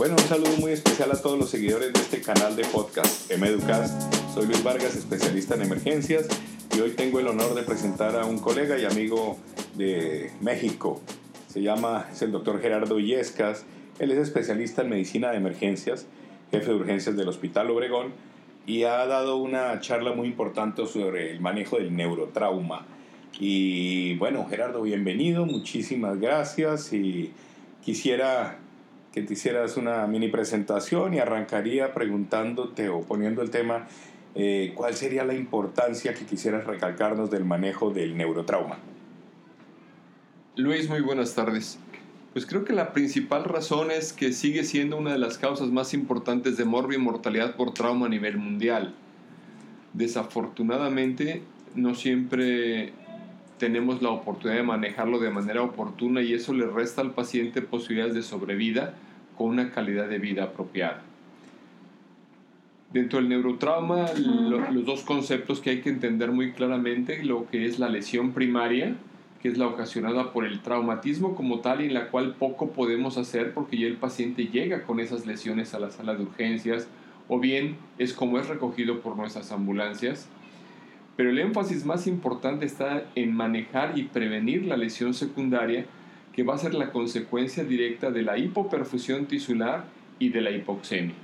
Bueno, un saludo muy especial a todos los seguidores de este canal de podcast, Meducast. Soy Luis Vargas, especialista en emergencias, y hoy tengo el honor de presentar a un colega y amigo de México. Es el doctor Gerardo Illescas. Él es especialista en medicina de emergencias, jefe de urgencias del Hospital Obregón, y ha dado una charla muy importante sobre el manejo del neurotrauma. Y bueno, Gerardo, bienvenido, muchísimas gracias, y quisiera que te hicieras una mini presentación y arrancaría preguntándote o poniendo el tema, ¿cuál sería la importancia que quisieras recalcarnos del manejo del neurotrauma? Luis, muy buenas tardes. Pues creo que la principal razón es que sigue siendo una de las causas más importantes de morbo y mortalidad por trauma a nivel mundial. Desafortunadamente, no siempre tenemos la oportunidad de manejarlo de manera oportuna y eso le resta al paciente posibilidades de sobrevida con una calidad de vida apropiada. Dentro del neurotrauma, los dos conceptos que hay que entender muy claramente, lo que es la lesión primaria, que es la ocasionada por el traumatismo como tal y en la cual poco podemos hacer porque ya el paciente llega con esas lesiones a la sala de urgencias, o bien es como es recogido por nuestras ambulancias. Pero el énfasis más importante está en manejar y prevenir la lesión secundaria, que va a ser la consecuencia directa de la hipoperfusión tisular y de la hipoxemia.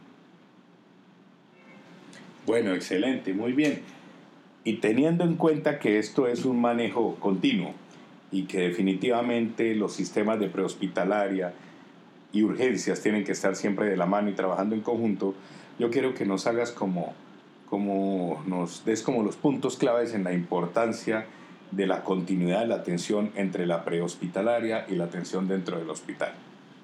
Bueno, excelente, muy bien. Y teniendo en cuenta que esto es un manejo continuo y que definitivamente los sistemas de prehospitalaria y urgencias tienen que estar siempre de la mano y trabajando en conjunto, yo quiero que nos hagas nos des como los puntos claves en la importancia de la continuidad de la atención entre la prehospitalaria y la atención dentro del hospital.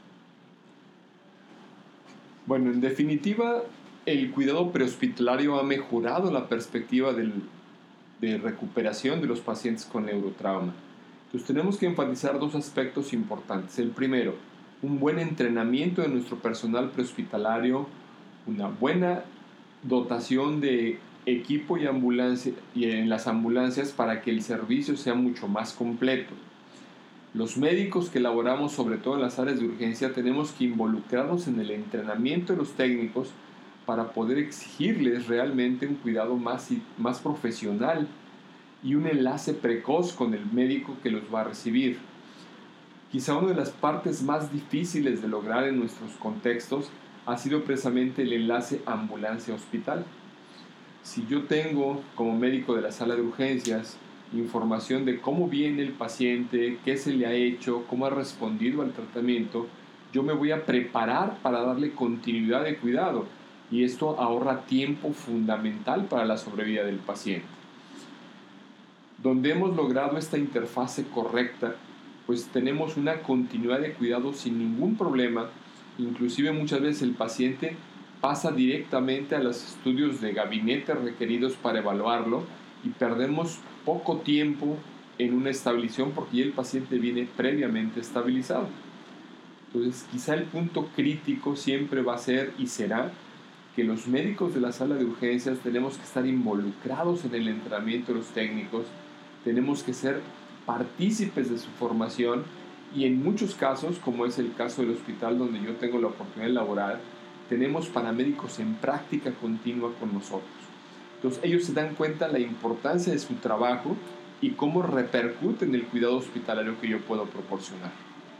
Bueno, en definitiva, el cuidado prehospitalario ha mejorado la perspectiva de recuperación de los pacientes con neurotrauma. Entonces tenemos que enfatizar dos aspectos importantes. El primero, un buen entrenamiento de nuestro personal prehospitalario, una buena dotación de equipo y en las ambulancias para que el servicio sea mucho más completo. Los médicos que laboramos sobre todo en las áreas de urgencia tenemos que involucrarnos en el entrenamiento de los técnicos para poder exigirles realmente un cuidado más profesional y un enlace precoz con el médico que los va a recibir. Quizá una de las partes más difíciles de lograr en nuestros contextos ha sido precisamente el enlace ambulancia-hospital. Si yo tengo como médico de la sala de urgencias información de cómo viene el paciente, qué se le ha hecho, cómo ha respondido al tratamiento, yo me voy a preparar para darle continuidad de cuidado y esto ahorra tiempo fundamental para la sobrevida del paciente. Donde hemos logrado esta interfase correcta, pues tenemos una continuidad de cuidado sin ningún problema. Inclusive muchas veces el paciente pasa directamente a los estudios de gabinete requeridos para evaluarlo y perdemos poco tiempo en una estabilización porque ya el paciente viene previamente estabilizado. Entonces quizá el punto crítico siempre va a ser y será que los médicos de la sala de urgencias tenemos que estar involucrados en el entrenamiento de los técnicos, tenemos que ser partícipes de su formación y en muchos casos, como es el caso del hospital donde yo tengo la oportunidad de laborar, tenemos paramédicos en práctica continua con nosotros. Entonces ellos se dan cuenta de la importancia de su trabajo y cómo repercute en el cuidado hospitalario que yo puedo proporcionar.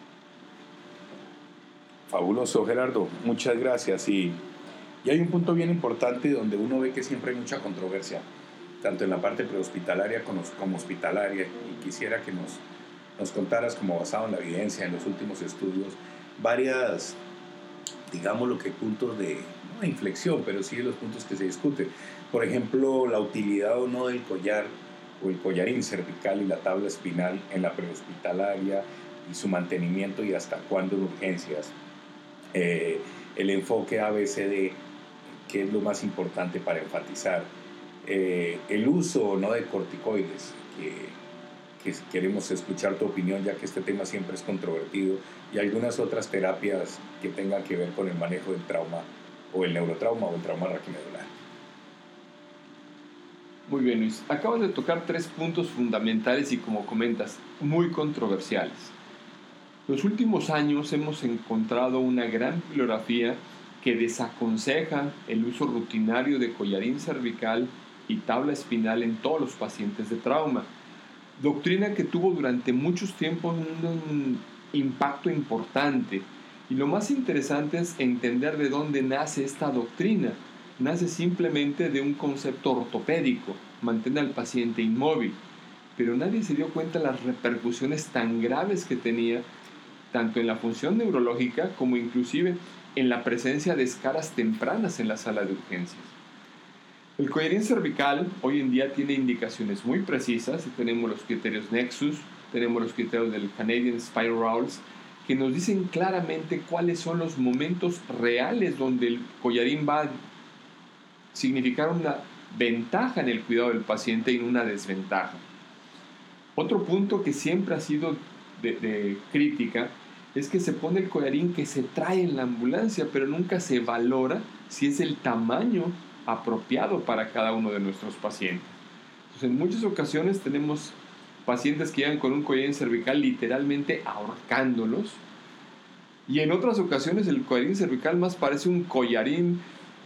Fabuloso, Gerardo, muchas gracias. Y hay un punto bien importante donde uno ve que siempre hay mucha controversia, tanto en la parte prehospitalaria como hospitalaria, y quisiera que nos contaras, como basado en la evidencia, en los últimos estudios, varias, digamos, puntos de, no de inflexión, pero sí de los puntos que se discuten. Por ejemplo, la utilidad o no del collar o el collarín cervical y la tabla espinal en la prehospitalaria y su mantenimiento y hasta cuándo en urgencias. El enfoque ABCD, que es lo más importante para enfatizar. El uso o no de corticoides, que queremos escuchar tu opinión, ya que este tema siempre es controvertido, y algunas otras terapias que tengan que ver con el manejo del trauma o el neurotrauma o el trauma raquimedular. Muy bien, Luis. Acabas de tocar 3 puntos fundamentales y, como comentas, muy controversiales. Los últimos años hemos encontrado una gran bibliografía que desaconseja el uso rutinario de collarín cervical y tabla espinal en todos los pacientes de trauma. Doctrina que tuvo durante muchos tiempos un impacto importante. Y lo más interesante es entender de dónde nace esta doctrina. Nace simplemente de un concepto ortopédico, mantener al paciente inmóvil. Pero nadie se dio cuenta de las repercusiones tan graves que tenía, tanto en la función neurológica como inclusive en la presencia de escaras tempranas en la sala de urgencias. El collarín cervical hoy en día tiene indicaciones muy precisas. Tenemos los criterios Nexus, tenemos los criterios del Canadian Spine Rules, que nos dicen claramente cuáles son los momentos reales donde el collarín va a significar una ventaja en el cuidado del paciente y una desventaja. Otro punto que siempre ha sido de crítica es que se pone el collarín que se trae en la ambulancia, pero nunca se valora si es el tamaño apropiado para cada uno de nuestros pacientes. Entonces, en muchas ocasiones tenemos pacientes que llegan con un collarín cervical literalmente ahorcándolos, y en otras ocasiones el collarín cervical más parece un collarín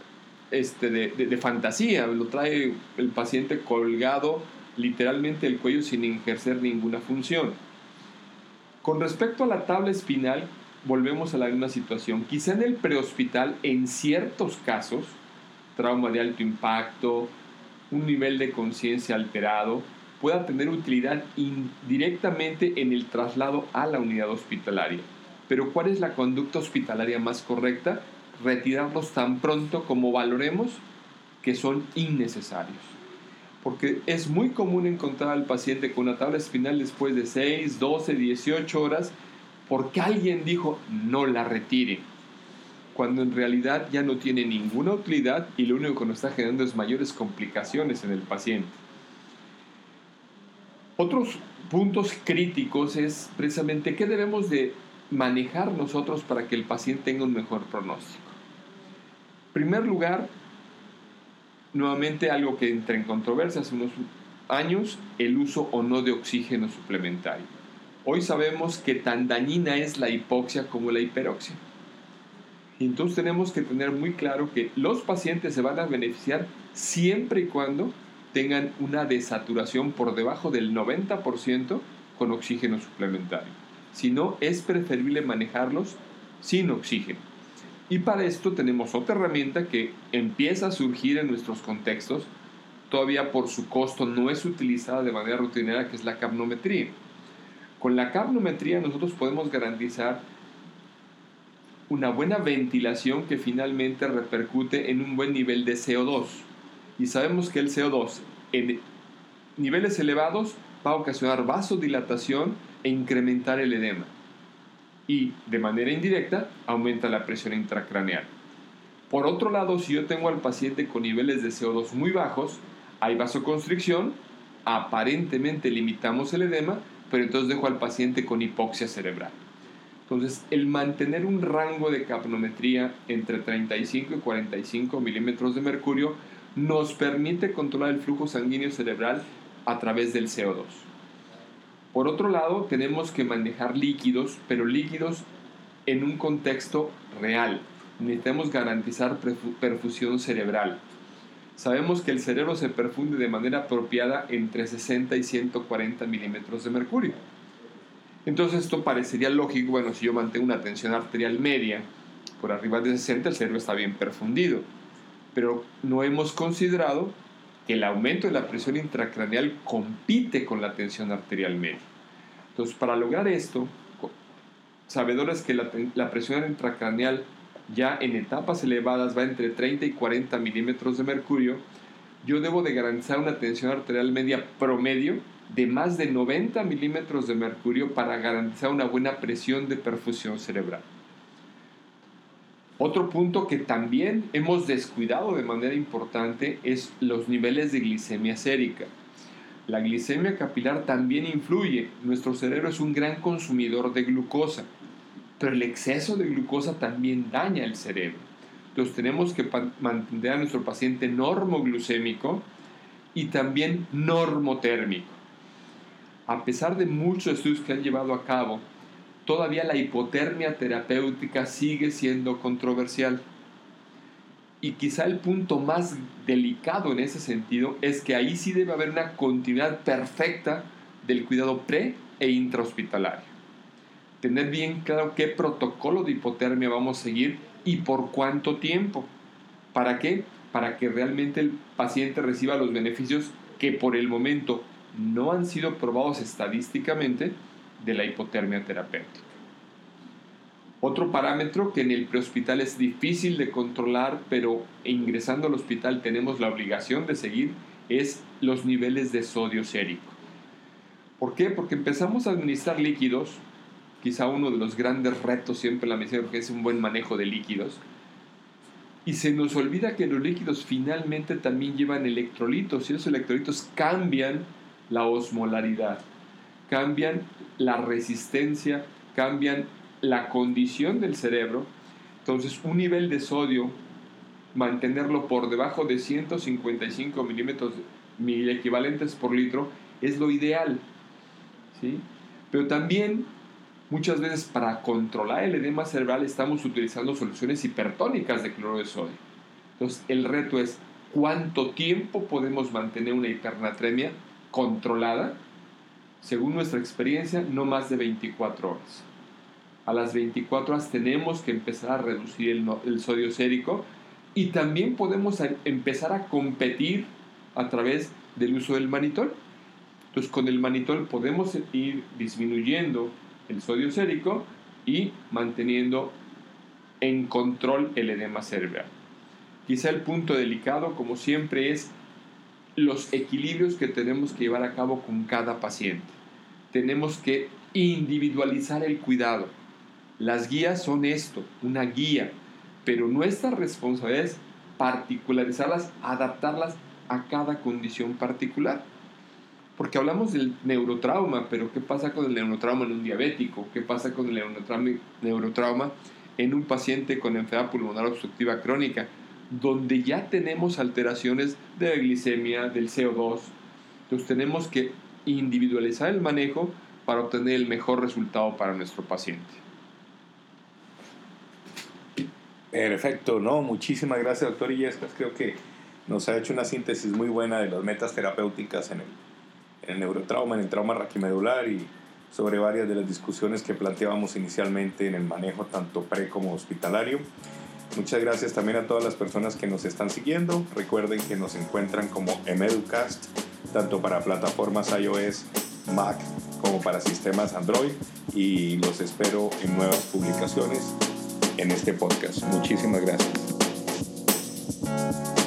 de fantasía. Lo trae el paciente colgado literalmente el cuello sin ejercer ninguna función. Con respecto a la tabla espinal, volvemos a la misma situación. Quizá en el prehospital, en ciertos casos, trauma de alto impacto, un nivel de conciencia alterado, pueda tener utilidad indirectamente en el traslado a la unidad hospitalaria. Pero ¿cuál es la conducta hospitalaria más correcta? Retirarlos tan pronto como valoremos que son innecesarios. Porque es muy común encontrar al paciente con una tabla espinal después de 6, 12, 18 horas porque alguien dijo no la retire, cuando en realidad ya no tiene ninguna utilidad y lo único que nos está generando es mayores complicaciones en el paciente. Otros puntos críticos es precisamente qué debemos de manejar nosotros para que el paciente tenga un mejor pronóstico. En primer lugar, nuevamente algo que entra en controversia hace unos años, el uso o no de oxígeno suplementario. Hoy sabemos que tan dañina es la hipoxia como la hiperoxia. Entonces tenemos que tener muy claro que los pacientes se van a beneficiar siempre y cuando tengan una desaturación por debajo del 90% con oxígeno suplementario. Si no, es preferible manejarlos sin oxígeno. Y para esto tenemos otra herramienta que empieza a surgir en nuestros contextos, todavía por su costo no es utilizada de manera rutinaria, que es la capnometría. Con la capnometría nosotros podemos garantizar una buena ventilación que finalmente repercute en un buen nivel de CO2. Y sabemos que el CO2 en niveles elevados va a ocasionar vasodilatación e incrementar el edema. Y de manera indirecta aumenta la presión intracraneal. Por otro lado, si yo tengo al paciente con niveles de CO2 muy bajos, hay vasoconstricción, aparentemente limitamos el edema, pero entonces dejo al paciente con hipoxia cerebral. Entonces, el mantener un rango de capnometría entre 35 y 45 milímetros de mercurio nos permite controlar el flujo sanguíneo cerebral a través del CO2. Por otro lado, tenemos que manejar líquidos, pero líquidos en un contexto real. Necesitamos garantizar perfusión cerebral. Sabemos que el cerebro se perfunde de manera apropiada entre 60 y 140 milímetros de mercurio. Entonces esto parecería lógico. Bueno, si yo mantengo una tensión arterial media por arriba de 60, el cerebro está bien perfundido. Pero no hemos considerado que el aumento de la presión intracraneal compite con la tensión arterial media. Entonces, para lograr esto, sabedores que la presión intracraneal ya en etapas elevadas va entre 30 y 40 milímetros de mercurio, yo debo de garantizar una tensión arterial media promedio de más de 90 milímetros de mercurio para garantizar una buena presión de perfusión cerebral. Otro punto que también hemos descuidado de manera importante es los niveles de glicemia sérica. La glicemia capilar también influye. Nuestro cerebro es un gran consumidor de glucosa, pero el exceso de glucosa también daña el cerebro. Entonces tenemos que mantener a nuestro paciente normoglucémico y también normotérmico. A pesar de muchos estudios que han llevado a cabo, todavía la hipotermia terapéutica sigue siendo controversial. Y quizá el punto más delicado en ese sentido es que ahí sí debe haber una continuidad perfecta del cuidado pre e intrahospitalario. Tener bien claro qué protocolo de hipotermia vamos a seguir y por cuánto tiempo. ¿Para qué? Para que realmente el paciente reciba los beneficios que por el momento no han sido probados estadísticamente de la hipotermia terapéutica. Otro parámetro que en el prehospital es difícil de controlar, pero ingresando al hospital tenemos la obligación de seguir, es los niveles de sodio sérico. ¿Por qué? Porque empezamos a administrar líquidos, quizá uno de los grandes retos siempre en la medicina es un buen manejo de líquidos, y se nos olvida que los líquidos finalmente también llevan electrolitos, y esos electrolitos cambian la osmolaridad, cambian la resistencia, cambian la condición del cerebro. Entonces un nivel de sodio, mantenerlo por debajo de 155 miliequivalentes por litro es lo ideal, ¿sí? Pero también muchas veces para controlar el edema cerebral estamos utilizando soluciones hipertónicas de cloruro de sodio. Entonces el reto es cuánto tiempo podemos mantener una hipernatremia controlada. Según nuestra experiencia, no más de 24 horas. A las 24 horas tenemos que empezar a reducir el sodio sérico y también podemos empezar a competir a través del uso del manitol. Entonces con el manitol podemos ir disminuyendo el sodio sérico y manteniendo en control el edema cerebral. Quizá el punto delicado, como siempre, es los equilibrios que tenemos que llevar a cabo con cada paciente. Tenemos que individualizar el cuidado. Las guías son esto, una guía, pero nuestra responsabilidad es particularizarlas, adaptarlas a cada condición particular. Porque hablamos del neurotrauma, pero ¿qué pasa con el neurotrauma en un diabético? ¿Qué pasa con el neurotrauma en un paciente con enfermedad pulmonar obstructiva crónica, donde ya tenemos alteraciones de la glicemia, del CO2? Entonces tenemos que individualizar el manejo para obtener el mejor resultado para nuestro paciente. Perfecto, ¿no? Muchísimas gracias, doctor Illescas. Creo que nos ha hecho una síntesis muy buena de las metas terapéuticas en el neurotrauma, en el trauma raquimedular y sobre varias de las discusiones que planteábamos inicialmente en el manejo tanto pre como hospitalario. Muchas gracias también a todas las personas que nos están siguiendo. Recuerden que nos encuentran como Emeducast, tanto para plataformas iOS, Mac, como para sistemas Android, y los espero en nuevas publicaciones en este podcast. Muchísimas gracias.